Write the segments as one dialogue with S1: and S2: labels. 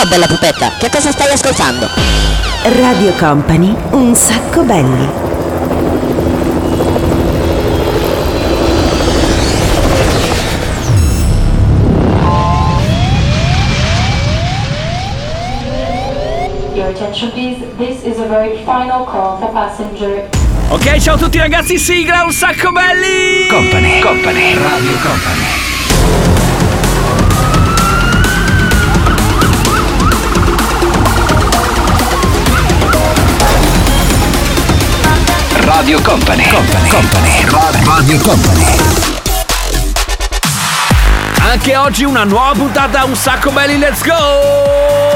S1: Ciao bella pupetta, che cosa stai ascoltando?
S2: Radio Company, un sacco belli.
S3: Your attention please, this is a very final call for passenger.
S4: Ok, ciao a tutti ragazzi, sigla un sacco belli!
S5: Company, Radio Company. Radio Company. Radio Company.
S4: Anche oggi una nuova puntata un sacco belli, let's go!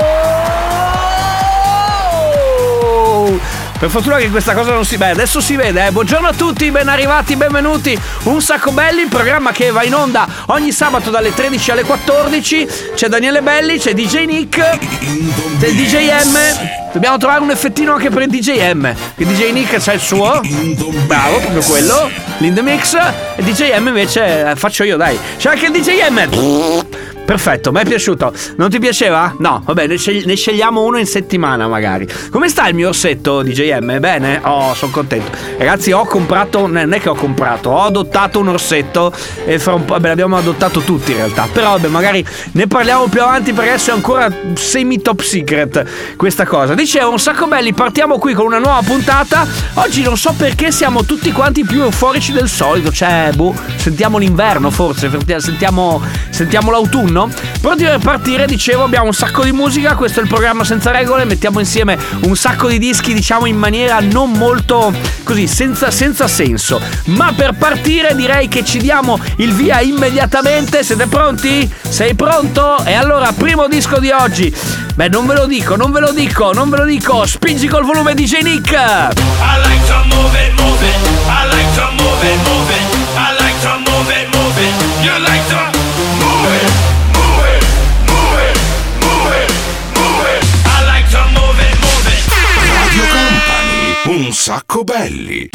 S4: Per fortuna che questa cosa non si vede, adesso si vede, Buongiorno a tutti, ben arrivati, benvenuti. Un sacco belli, il programma che va in onda ogni sabato dalle 13 alle 14. C'è Daniele Belli, c'è DJ Nick, c'è il DJ M. Dobbiamo trovare un effettino anche per il DJ M. Il DJ Nick c'ha il suo, bravo, proprio quello, l'in the mix. E DJ M invece faccio io, dai. C'è anche il DJ M. Perfetto, mi è piaciuto. Non ti piaceva? No, vabbè, ne scegliamo uno in settimana magari. Come sta il mio orsetto, DJ M? Bene? Oh, sono contento. Ragazzi, ho comprato, non è che ho comprato, ho adottato un orsetto. E fra un po', beh, l'abbiamo adottato tutti in realtà. Però vabbè, magari ne parliamo più avanti perché adesso è ancora semi top secret questa cosa. Dicevo, un sacco belli, partiamo qui con una nuova puntata. Oggi non so perché siamo tutti quanti più euforici del solito. Cioè, sentiamo l'inverno forse, sentiamo l'autunno. Pronti per partire, dicevo, abbiamo un sacco di musica. Questo è il programma senza regole. Mettiamo insieme un sacco di dischi, diciamo in maniera non molto così, senza senso. Ma per partire direi che ci diamo il via immediatamente. Siete pronti? Sei pronto? E allora, primo disco di oggi. Beh, non ve lo dico. Spingi col volume DJ Nick.
S6: I like to move it. I like to move it. I like to move it. You like to move it. Radio Company, un sacco belli.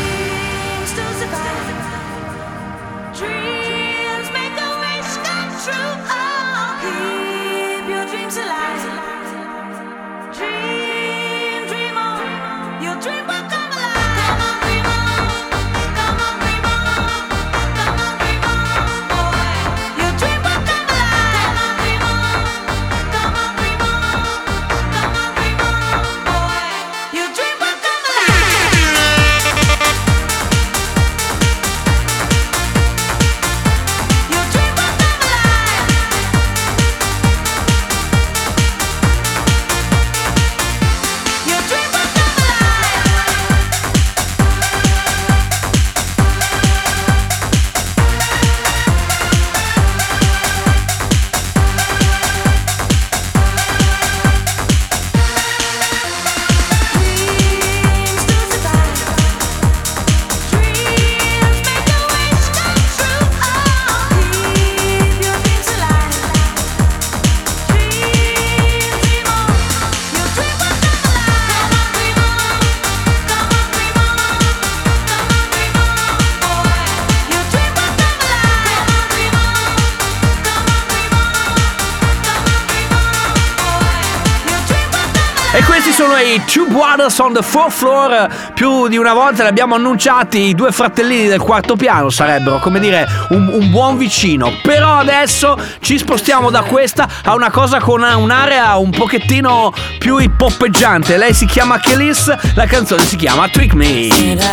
S4: E questi sono i Two Brothers on the Fourth Floor. Più di una volta li abbiamo annunciati, i due fratellini del quarto piano sarebbero, come dire, un buon vicino. Però adesso ci spostiamo da questa a una cosa con un'area un pochettino più hip-hoppeggiante. Lei si chiama Kelis, la canzone si chiama Trick Me.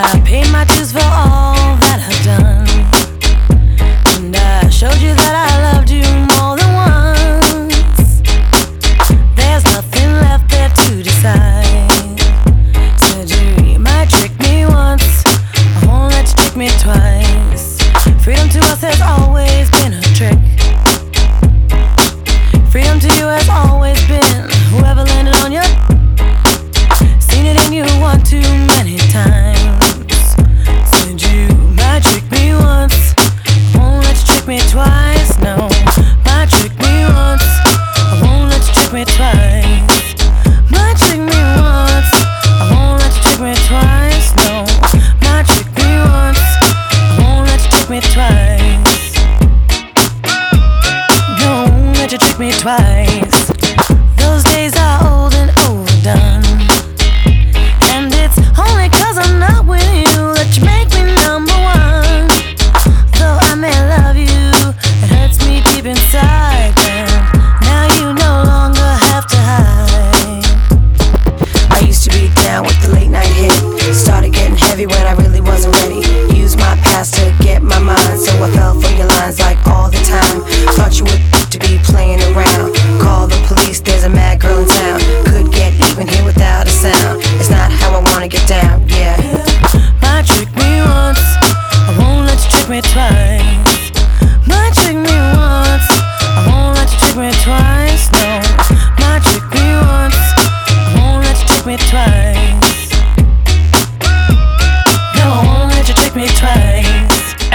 S7: Showed you that I loved you more than once. There's nothing left there to decide. Said you might trick me once, I won't let you trick me twice. Freedom to us has always been a trick. Freedom to you has always been whoever landed on you. Seen it in you one too many times. Said you might trick me once, won't let you trick me twice, no.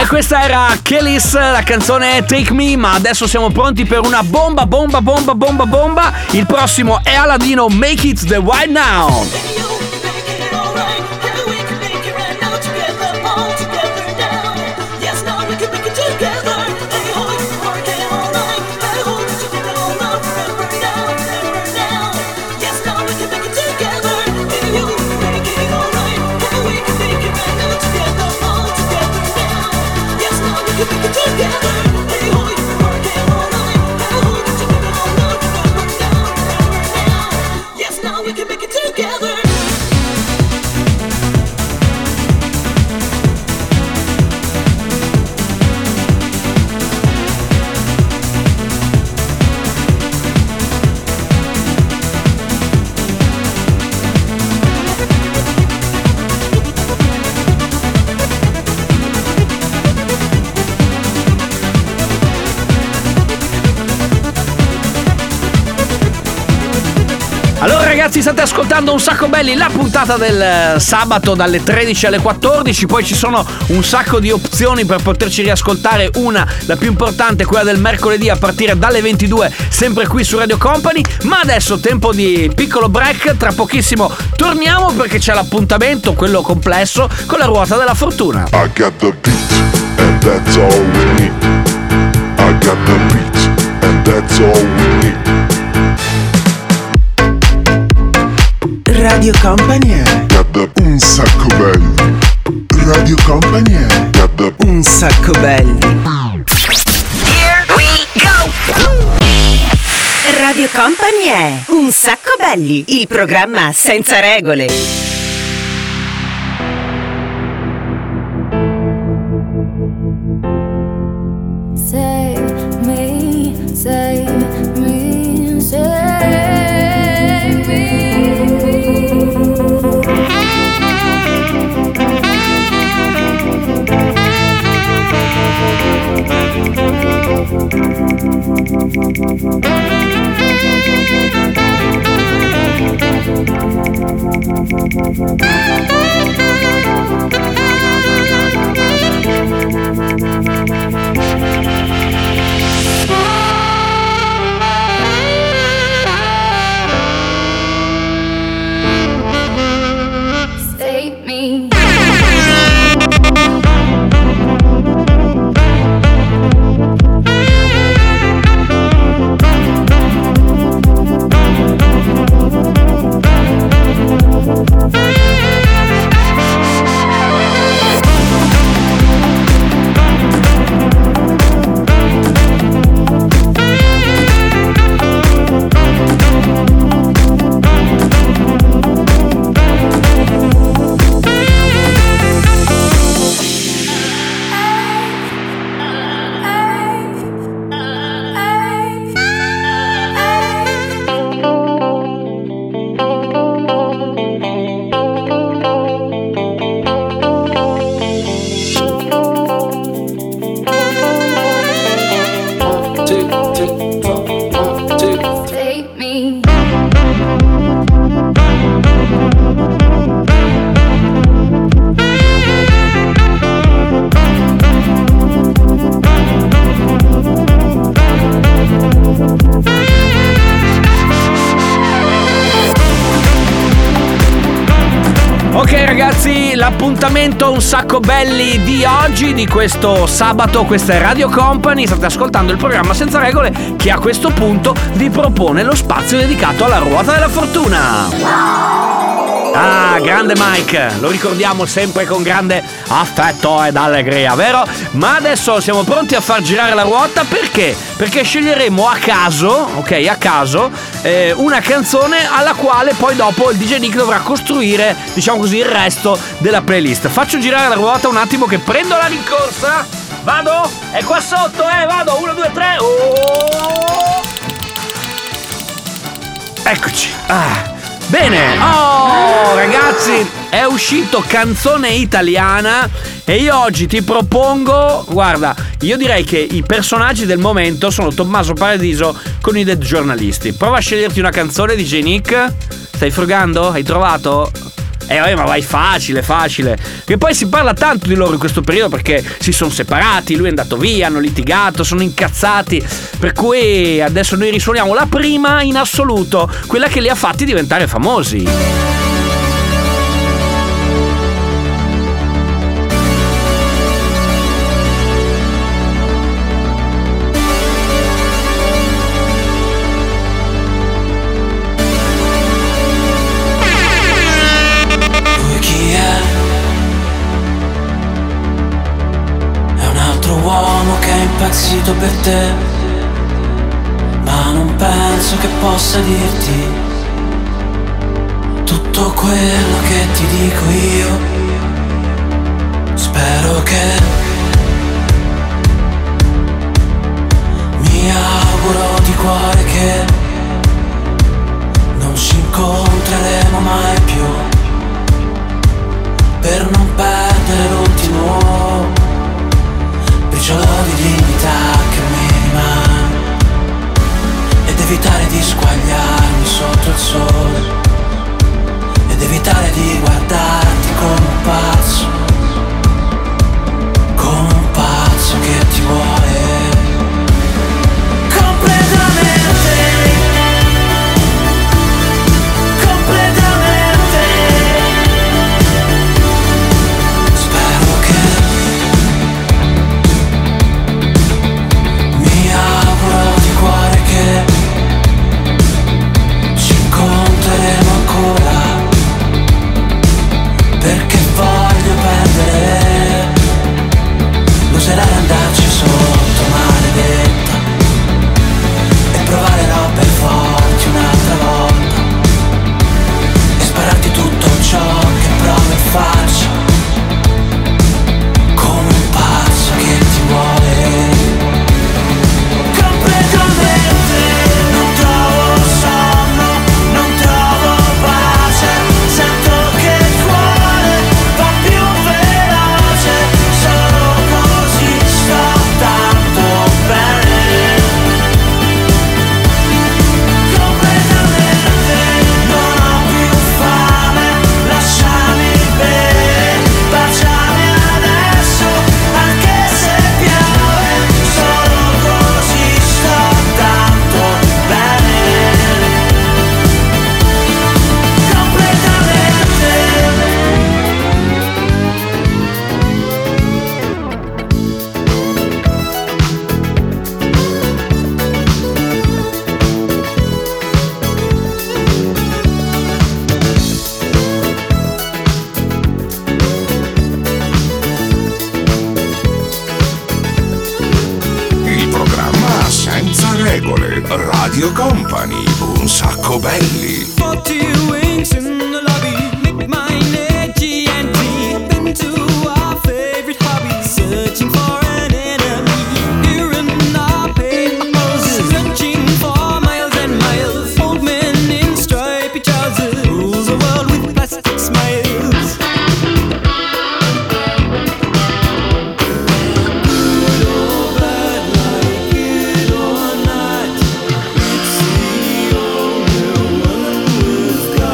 S4: questa era Kelis, la canzone Take Me, ma adesso siamo pronti per una bomba. Il prossimo è Aladino, Make It The Right Now. Allora ragazzi, state ascoltando Un Sacco Belli, la puntata del sabato dalle 13 alle 14. Poi ci sono un sacco di opzioni per poterci riascoltare. Una, la più importante, quella del mercoledì a partire dalle 22, sempre qui su Radio Company. Ma adesso tempo di piccolo break. Tra pochissimo torniamo perché c'è l'appuntamento, quello complesso, con la ruota della fortuna.
S8: I got the beat and that's all we need. I got the beat and that's all we need.
S2: Radio Company è
S8: Un Sacco Belli. Radio Company è
S2: Un Sacco Belli.
S7: Here we go!
S2: Radio Company è Un Sacco Belli, il programma senza regole.
S7: Save me, save me, save me. Save me. Save me.
S4: Ok ragazzi, l'appuntamento Un Sacco Belli di oggi, di questo sabato. Questa è Radio Company, state ascoltando il programma Senza Regole, che a questo punto vi propone lo spazio dedicato alla ruota della fortuna. Ah, grande Mike, lo ricordiamo sempre con grande affetto ed allegria, vero? Ma adesso siamo pronti a far girare la ruota, perché? Perché sceglieremo a caso, ok, a caso, una canzone alla quale poi dopo il DJ Nick dovrà costruire, diciamo così, il resto della playlist. Faccio girare la ruota un attimo che prendo la rincorsa. Vado? È qua sotto, vado, 1, 2, 3. Oh! Eccoci. Bene, ragazzi, è uscito Canzone Italiana e io oggi ti propongo, guarda, io direi che i personaggi del momento sono Tommaso Paradiso con i Dead Giornalisti. Prova a sceglierti una canzone, DJ Nick. Stai frugando? Hai trovato? Vabbè, ma vai facile. Che poi si parla tanto di loro in questo periodo perché si sono separati, lui è andato via, hanno litigato, sono incazzati. Per cui adesso noi risuoniamo la prima in assoluto, quella che li ha fatti diventare famosi.
S9: Impazzito per te, ma non penso che possa dirti tutto quello che ti dico io. Spero che mi auguro di cuore che non ci incontreremo mai più, per non perdere l'ultimo briciolo di dignità che mi rimane, ed evitare di squagliarmi sotto il sole, ed evitare di guardarti come un pazzo che ti vuole completamente, completamente. Spero che di cuore che ci incontreremo ancora, perché voglio perdere l'userà di andarci sotto, maledetta, e provare robe forti un'altra volta, e spararti tutto ciò che provo e faccio, come un pazzo che ti vuole. Non trovo sonno, non trovo pace, sento che il cuore va più veloce, solo così sto tanto bene. Completamente non ho più fame, lasciami bere, baciami adesso, anche se piove, solo così sto tanto bene. Completamente.
S8: Il programma senza regole, Radio Company, un sacco belli.
S9: Good or bad, like good or night, it's the only one we've got.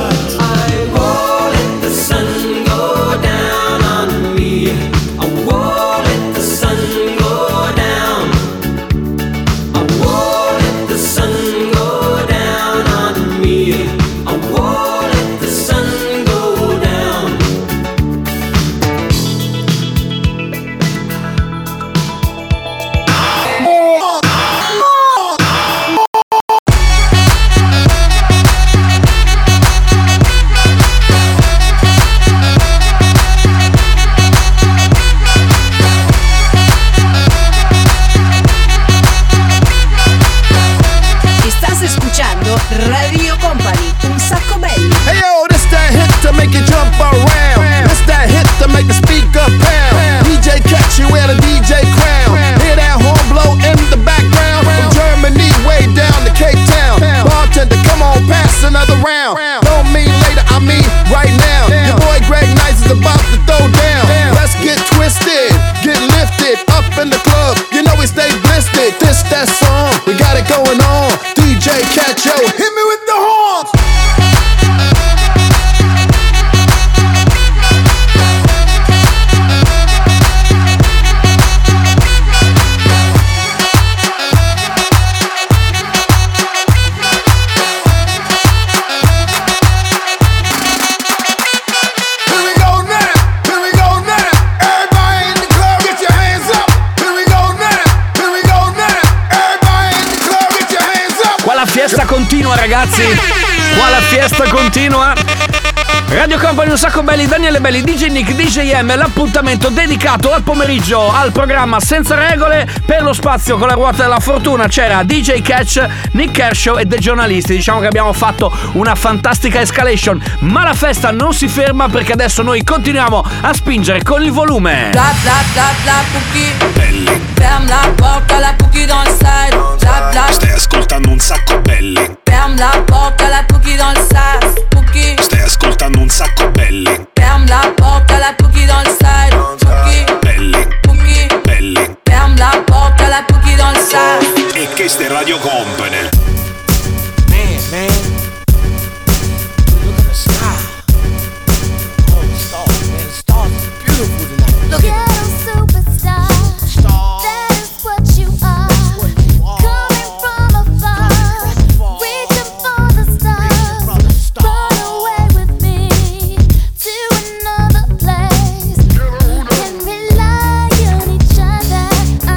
S4: continua, ragazzi. Qua la fiesta continua. Radio Company, un sacco belli, Daniele Belli, DJ Nick, DJ M, l'appuntamento dedicato al pomeriggio al programma Senza Regole. Per lo spazio con la ruota della fortuna c'era DJ Catch, Nick Kershaw e dei giornalisti. Diciamo che abbiamo fatto una fantastica escalation, ma la festa non si ferma perché adesso noi continuiamo a spingere con il volume.
S7: Bla bla bla bla cookie. Ferme la porta, la cookie dans le side. Bla bla.
S5: Stai ascoltando un sacco belli.
S7: Ferme la porta, la cookie dans le side. Cookie.
S5: Stai ascoltando un sacco belli.
S7: Ferme la porta, la cookie dans le side. Cookie.
S5: Belli.
S7: Cookie.
S5: Belli.
S7: Ferme la porta, la cookie dans le side.
S5: E che ste Radio Company.
S9: Man, look at the sky. Oh, the stars, man, the stars are beautiful tonight. Look at
S10: superstar. That is what you are. Coming from afar, reaching for the stars. Run away with me to another place. Can rely on each other.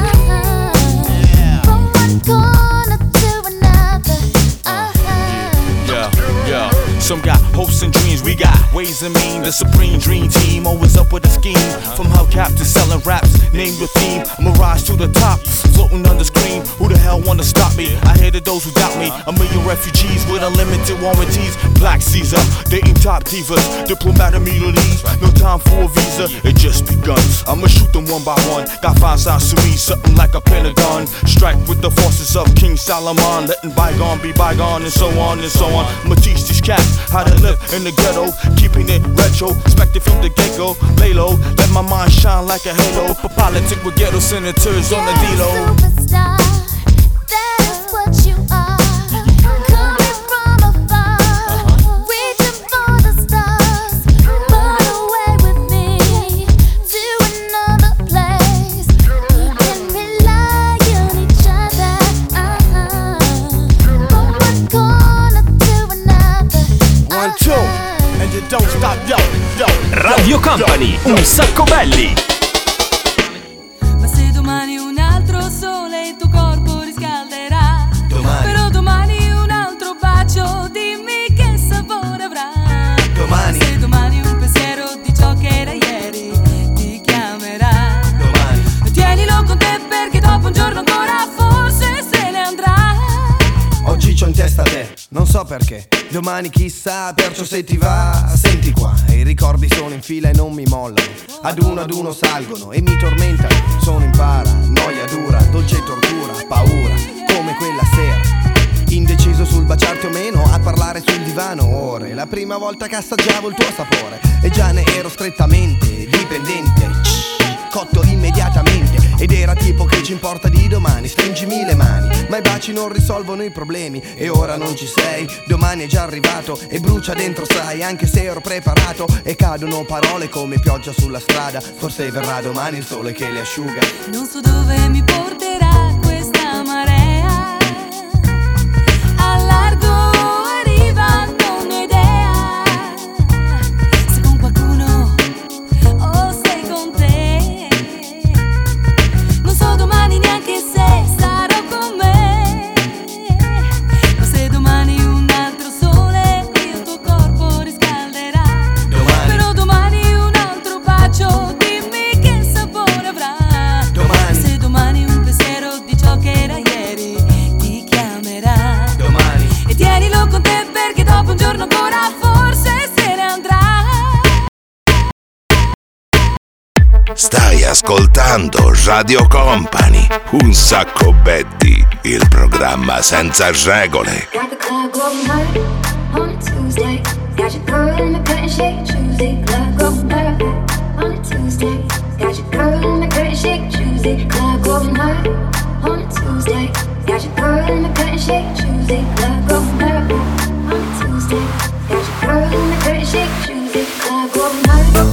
S10: From one corner to another.
S9: Yeah. Some got hopes and dreams, we got ways and means. The supreme dream team, always up with a scheme. From hubcap to selling raps, name your theme. I'm a rise to the top, floating on the screen. Who the hell wanna stop me? I hated those who doubt me. A million refugees with unlimited warranties. Black Caesar, dating top divas. Diplomat immunities, no time for a visa. It just begun. I'ma shoot them one by one. Got five sides to me, something like a pentagon. Strike with the forces of King Solomon, letting bygone be bygone, and so on and so on. I'ma teach these cats how to live in the ghetto, keeping it retro, expected from the get-go. Lay low, let my mind shine like a halo. For politics with ghetto senators on the D-Lo.
S10: Superstar, that is what you are. Coming from afar, reaching for the stars. Run away with me to another place. Can rely on each other. From one corner to another.
S9: 1, 2, and you don't stop, yo.
S4: Radio Company, un sacco belli.
S7: Ma se domani un altro sole il tuo corpo riscalderà. Però domani un altro bacio, dimmi che sapore avrà. Se domani un pensiero di ciò che era ieri ti chiamerà. Tienilo con te perché dopo un giorno ancora forse se ne andrà.
S11: Oggi c'ho in testa te, non so perché. Domani chissà, perciò se ti va, senti qua. E i ricordi sono in fila e non mi mollano. Ad uno salgono e mi tormentano. Sono in para, noia dura, dolce tortura, paura, come quella sera. Indeciso sul baciarti o meno, a parlare sul divano ore. La prima volta che assaggiavo il tuo sapore e già ne ero strettamente dipendente. Cotto immediatamente. Ed era tipo che ci importa di domani. Stringimi le mani, ma i baci non risolvono i problemi. E ora non ci sei, domani è già arrivato. E brucia dentro sai, anche se ero preparato. E cadono parole come pioggia sulla strada. Forse verrà domani il sole che le asciuga.
S7: Non so dove mi porterà questa marea. A largo riva non ho idea. Se con qualcuno o sei con te. Non so domani neanche se sarò con me. Ma se domani un altro sole il tuo corpo riscalderà. Però domani un altro bacio, dimmi che sapore avrà. Se domani un pensiero di ciò che era ieri ti chiamerà. E tienilo con te perché dopo un giorno ancora forse se ne andrà.
S12: Stai ascoltando Radio Company, un sacco belli, il programma senza regole.
S10: Got the club going hard on a Tuesday. Got your girl in the curtain shake Tuesday. Club going hard on a Tuesday. Got your girl in the curtain shake Tuesday. Club going hard on a Tuesday. Got your girl in the curtain shake Tuesday. Club going hard on a Tuesday. Got your girl in the curtain shake Tuesday. Club going hard.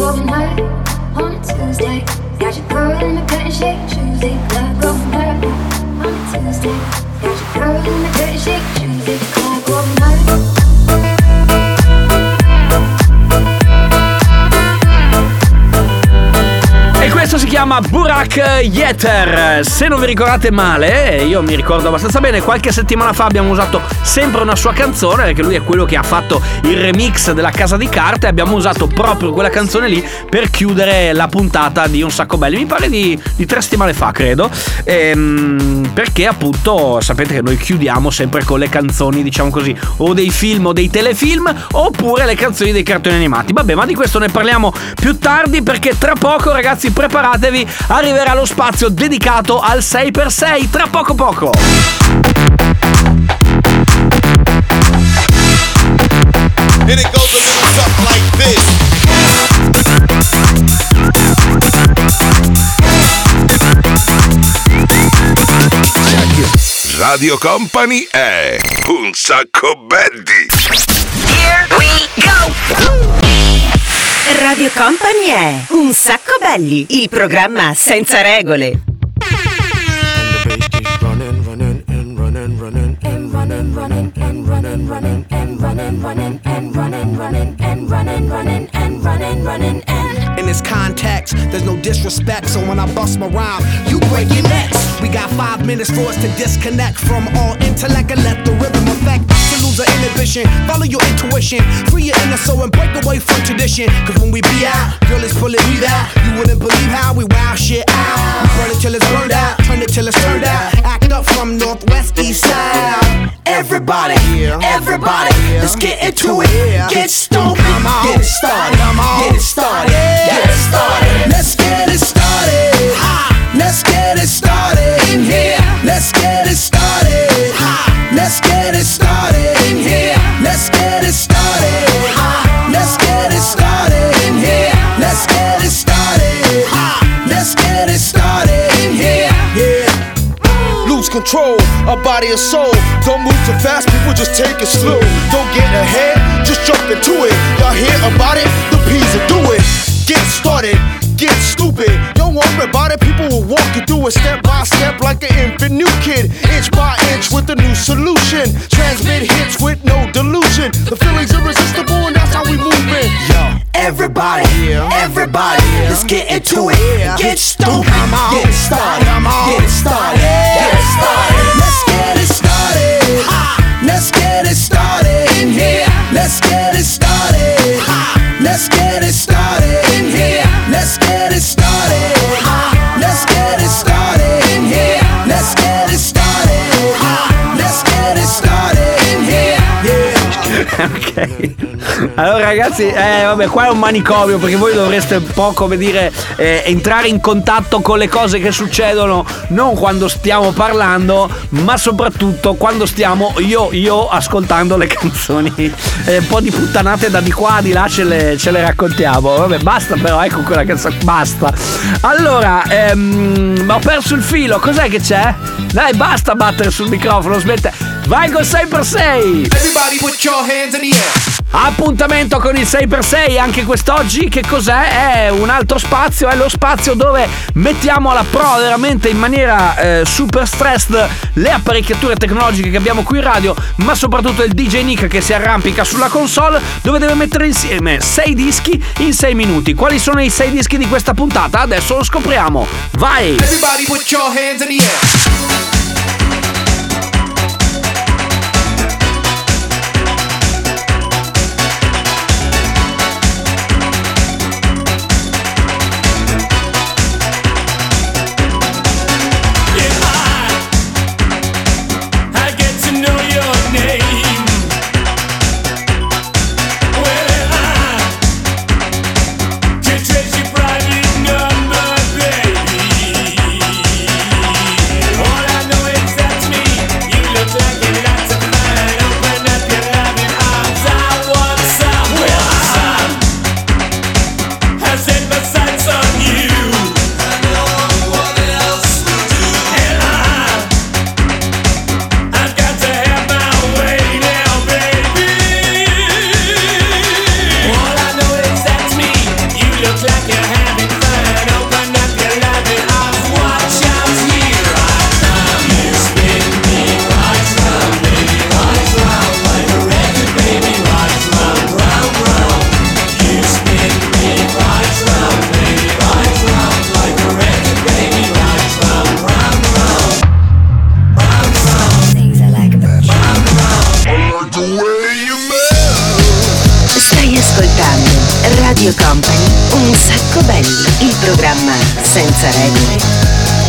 S10: going hard on a Tuesday. Got your girl in the cut and shake Tuesday. Club going hard on a Tuesday. Got your girl in the cut and shake Tuesday. Club going hard.
S4: E questo si chiama Burak Yeter. Se non vi ricordate male, io mi ricordo abbastanza bene, qualche settimana fa abbiamo usato sempre una sua canzone, perché lui è quello che ha fatto il remix della Casa di Carta, e abbiamo usato proprio quella canzone lì per chiudere la puntata di Un Sacco Belli. Mi pare di 3 settimane fa, credo, perché appunto sapete che noi chiudiamo sempre con le canzoni, diciamo così, o dei film o dei telefilm, oppure le canzoni dei cartoni animati. Vabbè, ma di questo ne parliamo più tardi, perché tra poco, ragazzi, preparatevi, arriverà lo spazio dedicato al 6x6 tra poco.
S13: And it goes a little something like this.
S12: Radio Company è Un Sacco Belli.
S2: Here we go! Radio Company è Un Sacco Belli, il programma senza regole.
S11: In this context, there's no disrespect, so when I bust my rhyme, you break your necks. We got 5 minutes for us to disconnect from all intellect and let the rhythm affect. To lose our inhibition, follow your intuition, free your inner soul and break away from tradition. Cause when we be out, girl, it's pulling me out. You wouldn't believe how we wow shit out. We burn it till it's burned out, turn it till it's turned out. Act up from northwest, east side. Everybody, everybody, let's get into it. Get stoked, get it started, get it started, get it started. Let's get it started. Let's get it started in here. Let's get it started. Let's get it started in here. Let's get it started. Let's get it started in here. Let's get it started. Let's get it started in here. Yeah.
S13: Lose control, a body and soul. Don't move too fast, people just take it slow. Don't get ahead, just jump into it. Y'all hear about it? The P's will do it. Get started, get stupid. Don't worry about it, people will walk you through it step by step like an infant new kid. Inch by inch with a new solution. Transmit hits with no delusion. The feeling's irresistible and that's how we move in. Yo,
S11: everybody, everybody, let's get into it. Get stoked, get it started, get it started, get it started. Let's get it started. Let's get it started in here. Let's get it started. Let's get it started in here. Let's get it started. Let's get it started in here. Let's get it started. Let's get it started in here. Yeah.
S4: Ok. Allora ragazzi, vabbè, qua è un manicomio, perché voi dovreste un po', come dire, entrare in contatto con le cose che succedono, non quando stiamo parlando, ma soprattutto quando stiamo io ascoltando le canzoni. Un po' di puttanate da di qua, di là ce le raccontiamo. Vabbè, basta però, ecco quella canzone, basta. Allora, ho perso il filo, cos'è che c'è? Dai, basta battere sul microfono, smette. Vai col 6x6.
S11: Everybody put your hands in the air.
S4: Appuntamento con il 6x6 anche quest'oggi. Che cos'è? È un altro spazio, è lo spazio dove mettiamo alla prova veramente in maniera super stressed le apparecchiature tecnologiche che abbiamo qui in radio, ma soprattutto il DJ Nick che si arrampica sulla console, dove deve mettere insieme 6 dischi in 6 minuti. Quali sono i 6 dischi di questa puntata? Adesso lo scopriamo. Vai!
S11: Everybody put your hands in the air.
S6: All I
S2: sacco belli, il programma senza regole.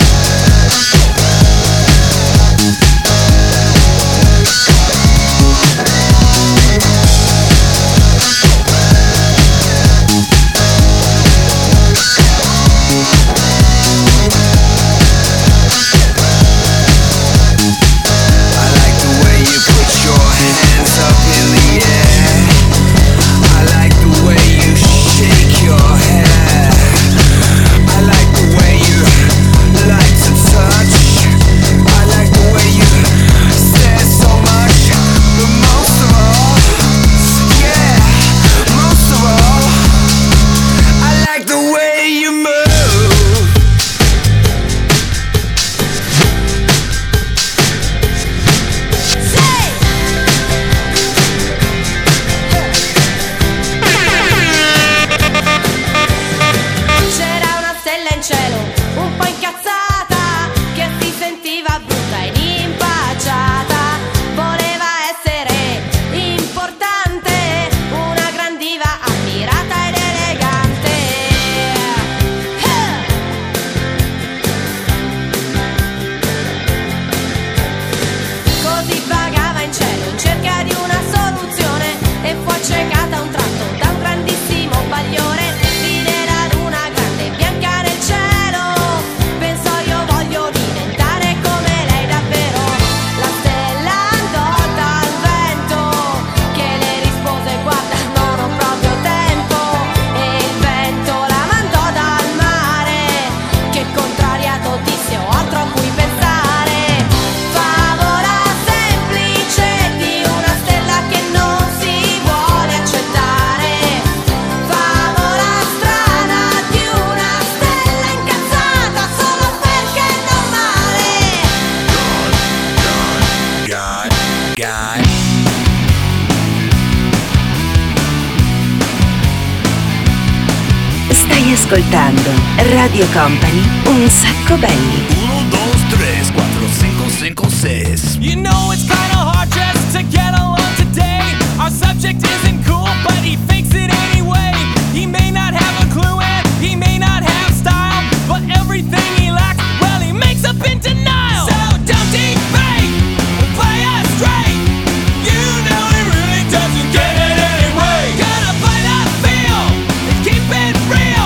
S2: Ascoltando Radio Company, un sacco belli.
S6: 1, 2, 3, 4, 5, 5, 6. You know it's kinda hard just to get along today. Our subject isn't cool, but he fakes it anyway. He may not have a clue and he may not have style, but everything he lacks, well, he makes up in denial. So don't debate, play us straight. You know he really doesn't get it anyway. Gotta play that feel and keep it real.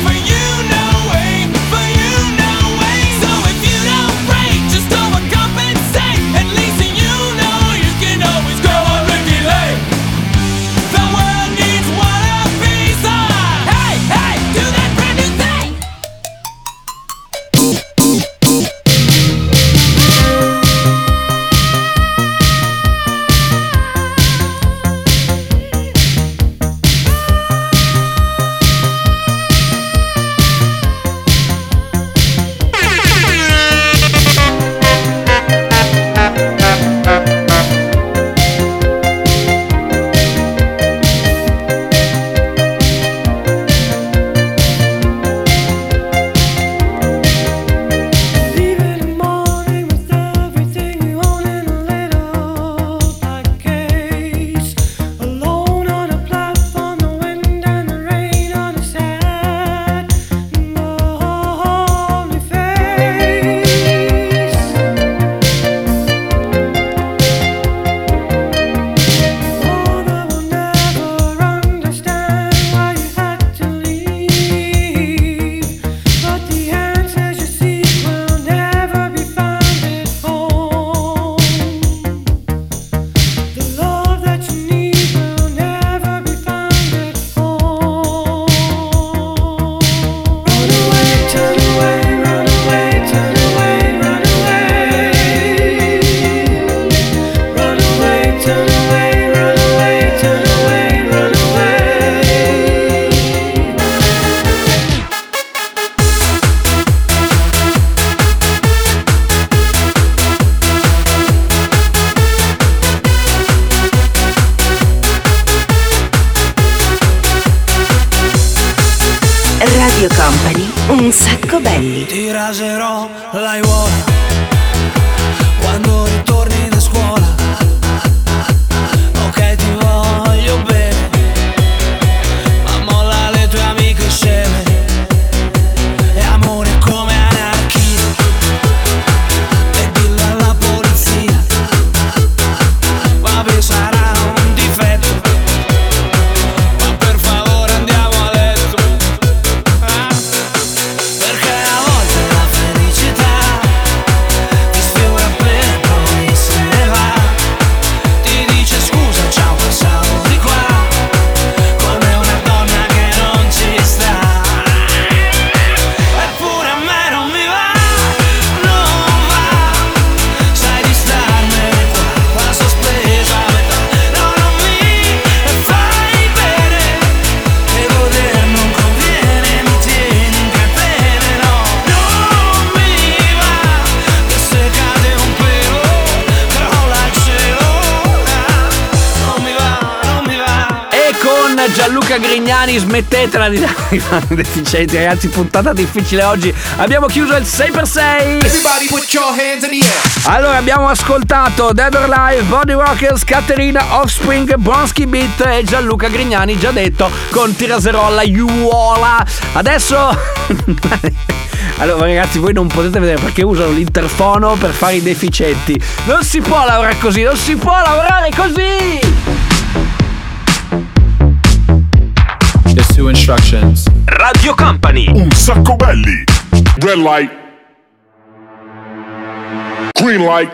S2: Radio Company, un sacco belli.
S9: Ti raserò l'aiuola quando ritorni da scuola. Ok, ti voglio bene, ma molla le tue amiche sceme.
S4: Gianluca Grignani, smettetela di dare deficienti, ragazzi, puntata difficile oggi. Abbiamo chiuso il 6x6.
S13: Everybody put your hands in the air.
S4: Allora, abbiamo ascoltato Dead or Alive, Body Rockers, Caterina, Offspring, Bronski Beat e Gianluca Grignani, già detto, con Tiraserolla, Iuola. Adesso allora ragazzi, voi non potete vedere perché usano l'interfono per fare i deficienti. Non si può lavorare così, non si può lavorare così.
S14: There's 2 instructions.
S12: Radio Company.
S8: Un sacco belli. Red light. Green light.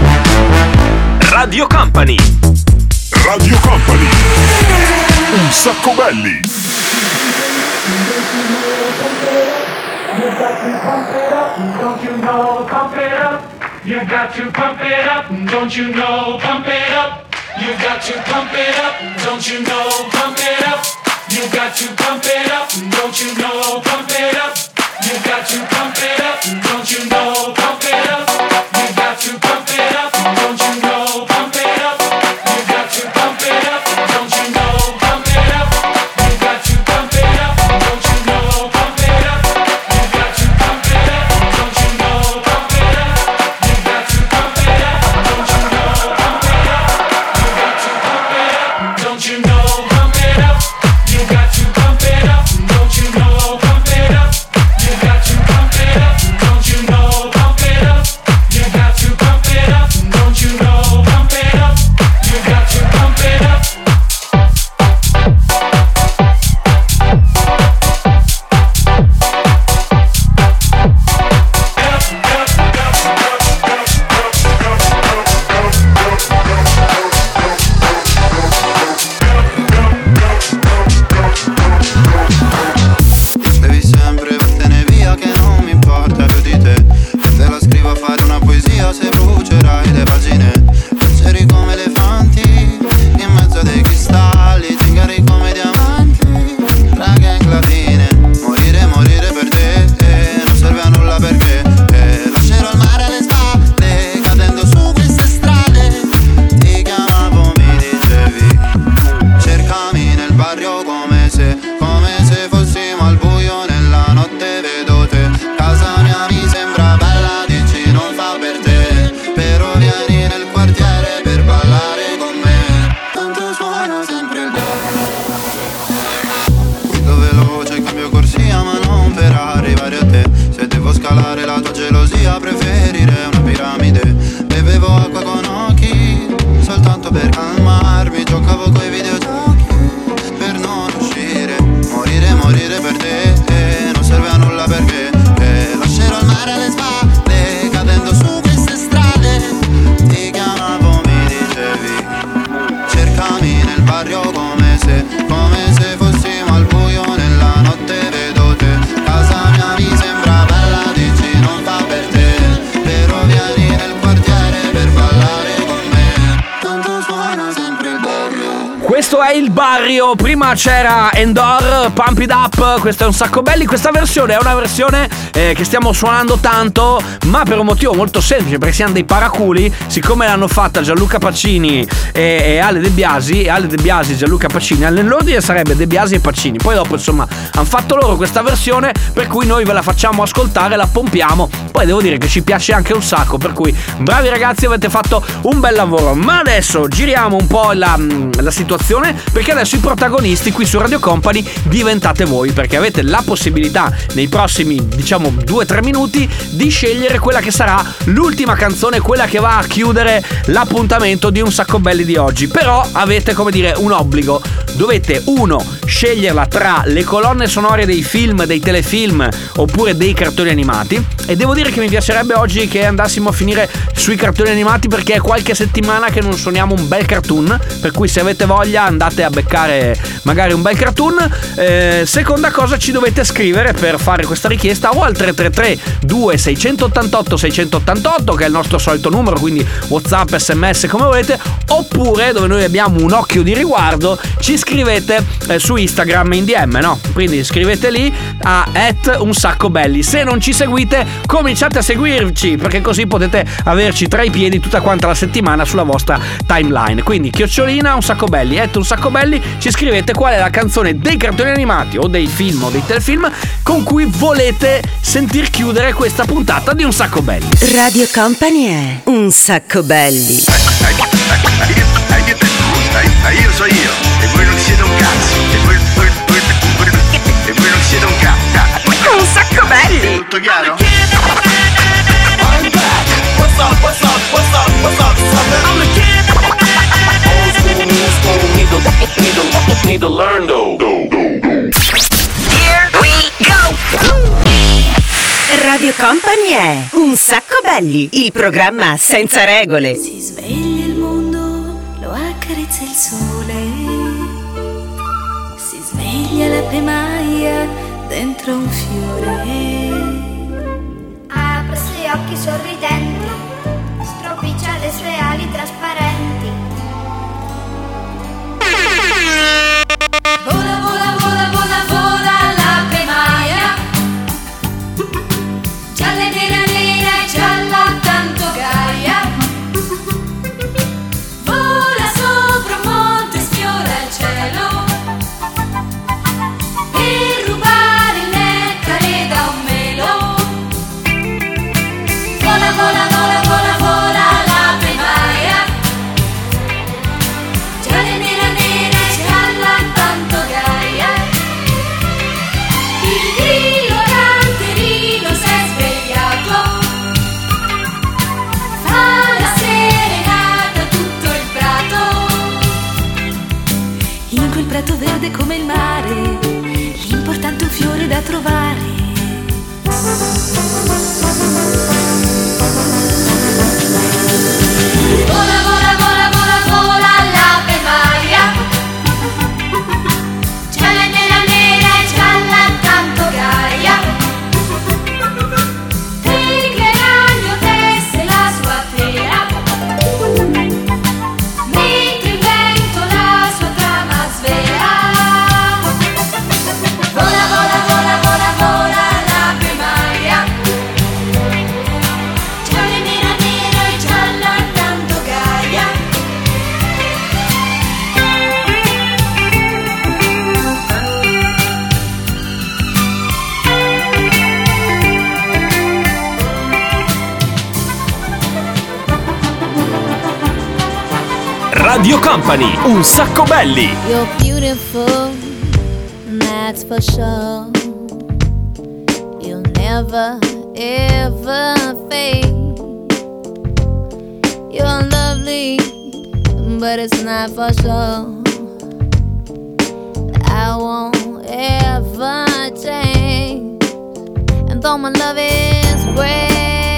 S12: Radio Company.
S8: Radio Company. Un sacco belli.
S6: Don't you know, pump it up. You got to pump it up. Don't you know, pump it up. You got to pump it up. Don't you know, pump it up. You got to pump it up. Don't you know, pump it up. You got to pump it up. Don't you know, pump it up. You got to pump it up. Don't you know, pump it up. You got to pump it up. Don't you know, pump it up. You got to pump it up. Don't you know, pump it up. You got to pump it up. Don't you know, pump it up. You got to pump it up. Don't you know, pump it up. You got to pump it up. Don't you know, pump it up. You got to pump it up. Don't you know, pump it up. You got to pump it up. Don't you know, pump it up. You got to pump it up. Don't you know, pump it up. You got to pump it up.
S15: Devi sempre vattene via che non mi importa più di te. Te la scrivo a fare una poesia se brucerai le pagine. Leggeri come elefanti in mezzo a dei cristalli, zingari come diamanti tra gang latine. Morire, morire per te, non serve a nulla perché lascerò il mare alle spalle cadendo su queste strade. Ti chiamavo, mi dicevi cercami nel barrio come se fossimo al buio nella notte, vedo te. Casa mia mi sembra bella, dici non fa per te, però vieni nel quartiere per ballare con me. Tanto suona sempre il guido veloce, cambio corsia ma non per arrivare a te. Se devo scalare la tua gelosia preferirei una piramide. Bevevo acqua con occhi soltanto per calmarmi, giocavo coi videogiochi per non uscire. Morire, morire per te, non serve a nulla perché lascerò il mare alle spalle cadendo su queste strade. Ti chiamavo, mi dicevi cercami nel barrio come se fossimo al buio nella notte, vedo te. Casa mia mi sembra bella, dici non fa per te, però vieni nel quartiere per ballare con me. Tanto suona sempre il barrio.
S4: Questo è il barrio, prima c'era Endor, Pump It Up, questo è un sacco belli. Questa versione è una versione che stiamo suonando tanto, ma per un motivo molto semplice, perché siamo dei paraculi. Siccome l'hanno fatta Gianluca Pacini e Ale De Biasi, Gianluca Pacini, nell'ordine sarebbe De Biasi e Pacini, poi dopo insomma hanno fatto loro questa versione, per cui noi ve la facciamo ascoltare, la pompiamo, poi devo dire che ci piace anche un sacco, per cui bravi ragazzi, avete fatto un bel lavoro. Ma adesso giriamo un po' la situazione, perché adesso i protagonisti qui su Radio Company diventate voi, perché avete la possibilità nei prossimi, diciamo, 2-3 minuti di scegliere quella che sarà l'ultima canzone, quella che va a chiudere l'appuntamento di Un Sacco Belli di oggi. Però avete, come dire, un obbligo: dovete, uno, sceglierla tra le colonne sonore dei film, dei telefilm oppure dei cartoni animati. E devo dire che mi piacerebbe oggi che andassimo a finire sui cartoni animati, perché è qualche settimana che non suoniamo un bel cartoon, per cui se avete voglia andate a beccare magari un bel cartoon. Seconda cosa, ci dovete scrivere per fare questa richiesta o al 333 2688 688, che è il nostro solito numero, quindi WhatsApp, SMS, come volete, oppure, dove noi abbiamo un occhio di riguardo, ci scrivete su Instagram in DM, no? Quindi scrivete lì a @unsaccoBelli. Se non ci seguite, cominciate a seguirci, perché così potete averci tra i piedi tutta quanta la settimana sulla vostra timeline. Quindi chiocciolina Un Sacco Belli, @unsaccoBelli, Belli, ci scrivete qual è la canzone dei cartoni animati o dei film o dei telefilm con cui volete sentir chiudere questa puntata di Un Sacco Belli.
S2: Radio Company è Un Sacco Belli.
S16: Io so io, e voi non siete un cazzo, e voi non siete un cazzo.
S2: Un Sacco Belli.
S16: Tutto chiaro?
S6: I'm back. What's up, what's up, what's up, what's up, son? I'm the kid. Old school, need to learn though.
S2: Here we go. Radio Company è Un Sacco Belli, il programma senza regole.
S7: Si sveglia il mondo, lo accarezza il sole. Si sveglia la primaia dentro un fiore.
S10: Apre i suoi occhi sorridenti, stropiccia le sue ali trasparenti.
S7: Vola, vola, vola, vola, vola la primaia. Gialla, nera, nera e gialla, tanto gaia. Vola sopra un monte, sfiora il cielo per rubare il nettare da un melo. Vola, vola, vola, vola, vola la primaia. Gialla, nera, nera e gialla, tanto gaia. Il grillo canterino s'è svegliato, fa la serenata a tutto il prato. In quel prato verde come il mare, l'importante è un fiore da trovare. Vola, vola, vola, vola, vola la primaria. Gialla, nera, nera e gialla, tanto gaia. E il geranio tesse la sua tela, mentre il vento la sua trama svela. Vola, vola, vola, vola, vola la primaria. Gialla, nera, nera e gialla, tanto gaia.
S17: Radio Company, Un Sacco Belli.
S7: You're beautiful, that's for sure. You'll never, ever fade. You're lovely, but it's not for sure. I won't ever change. And though my love is great,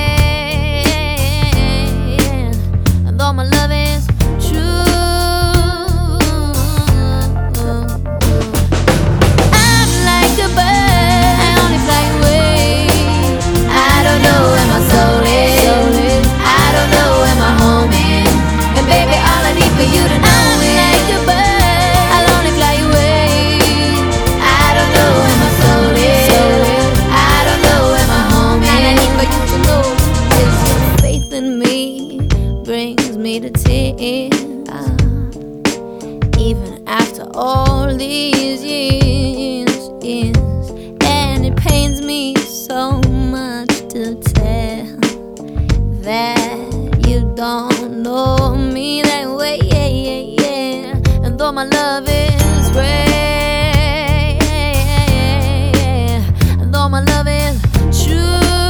S7: and though my love is true, I'm like a bird, I only fly away. I don't know where my soul is, I don't know where my home is. And baby, all I need for you to know is I'm like a bird, I'll only fly away. I don't know where my soul is, I don't know where my home is. And I need for you to know is your faith in me brings me to tears. Even after all these years, and it pains me so much to tell that you don't know me that way, and though my love is great, and though my love is true,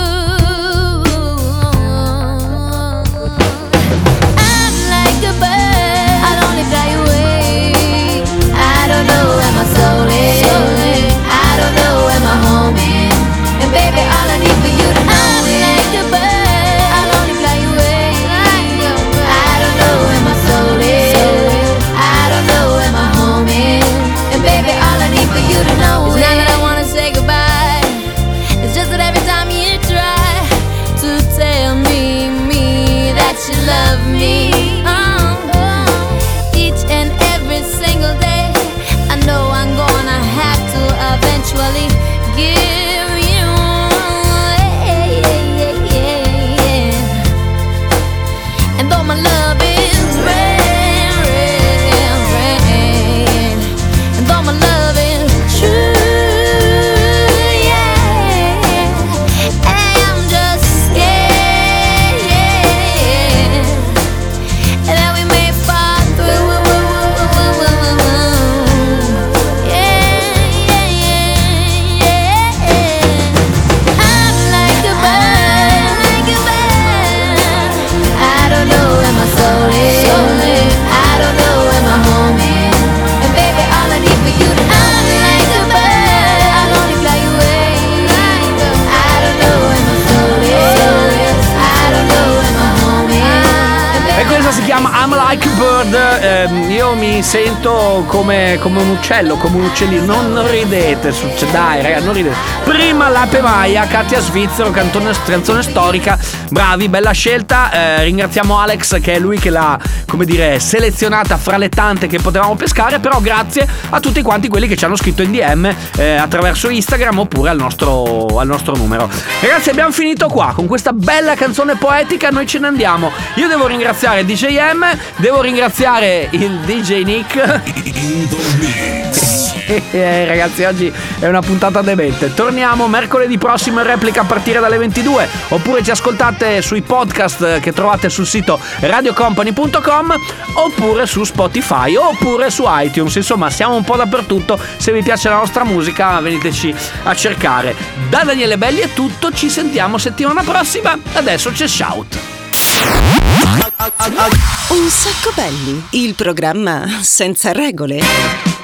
S7: I'm like a bird, I'll only fly away. I don't know where my soul is, I don't know where my home is. And baby, all I need for you to know is I'm like a bird, I'll only fly away.
S4: io mi sento come un uccello, come un uccellino. Non ridete, dai raga, non ridete. Prima l'Ape Maia, Katia Svizzero, canzone storica. Bravi, bella scelta. Ringraziamo Alex, che è lui che l'ha, come dire, selezionata fra le tante che potevamo pescare. Però grazie a tutti quanti quelli che ci hanno scritto in DM attraverso Instagram oppure al nostro numero. Ragazzi, abbiamo finito qua con questa bella canzone poetica. Noi ce ne andiamo. Io devo ringraziare DJ M, devo ringraziare il DJ Nick. Ragazzi, oggi è una puntata demente. Torniamo mercoledì prossimo in replica a partire dalle 22, oppure ci ascoltate sui podcast che trovate sul sito radiocompany.com, oppure su Spotify, oppure su iTunes. Insomma, siamo un po' dappertutto. Se vi piace la nostra musica, veniteci a cercare. Da Daniele Belli è tutto, ci sentiamo settimana prossima. Adesso c'è Shout.
S2: Un sacco belli, il programma senza regole.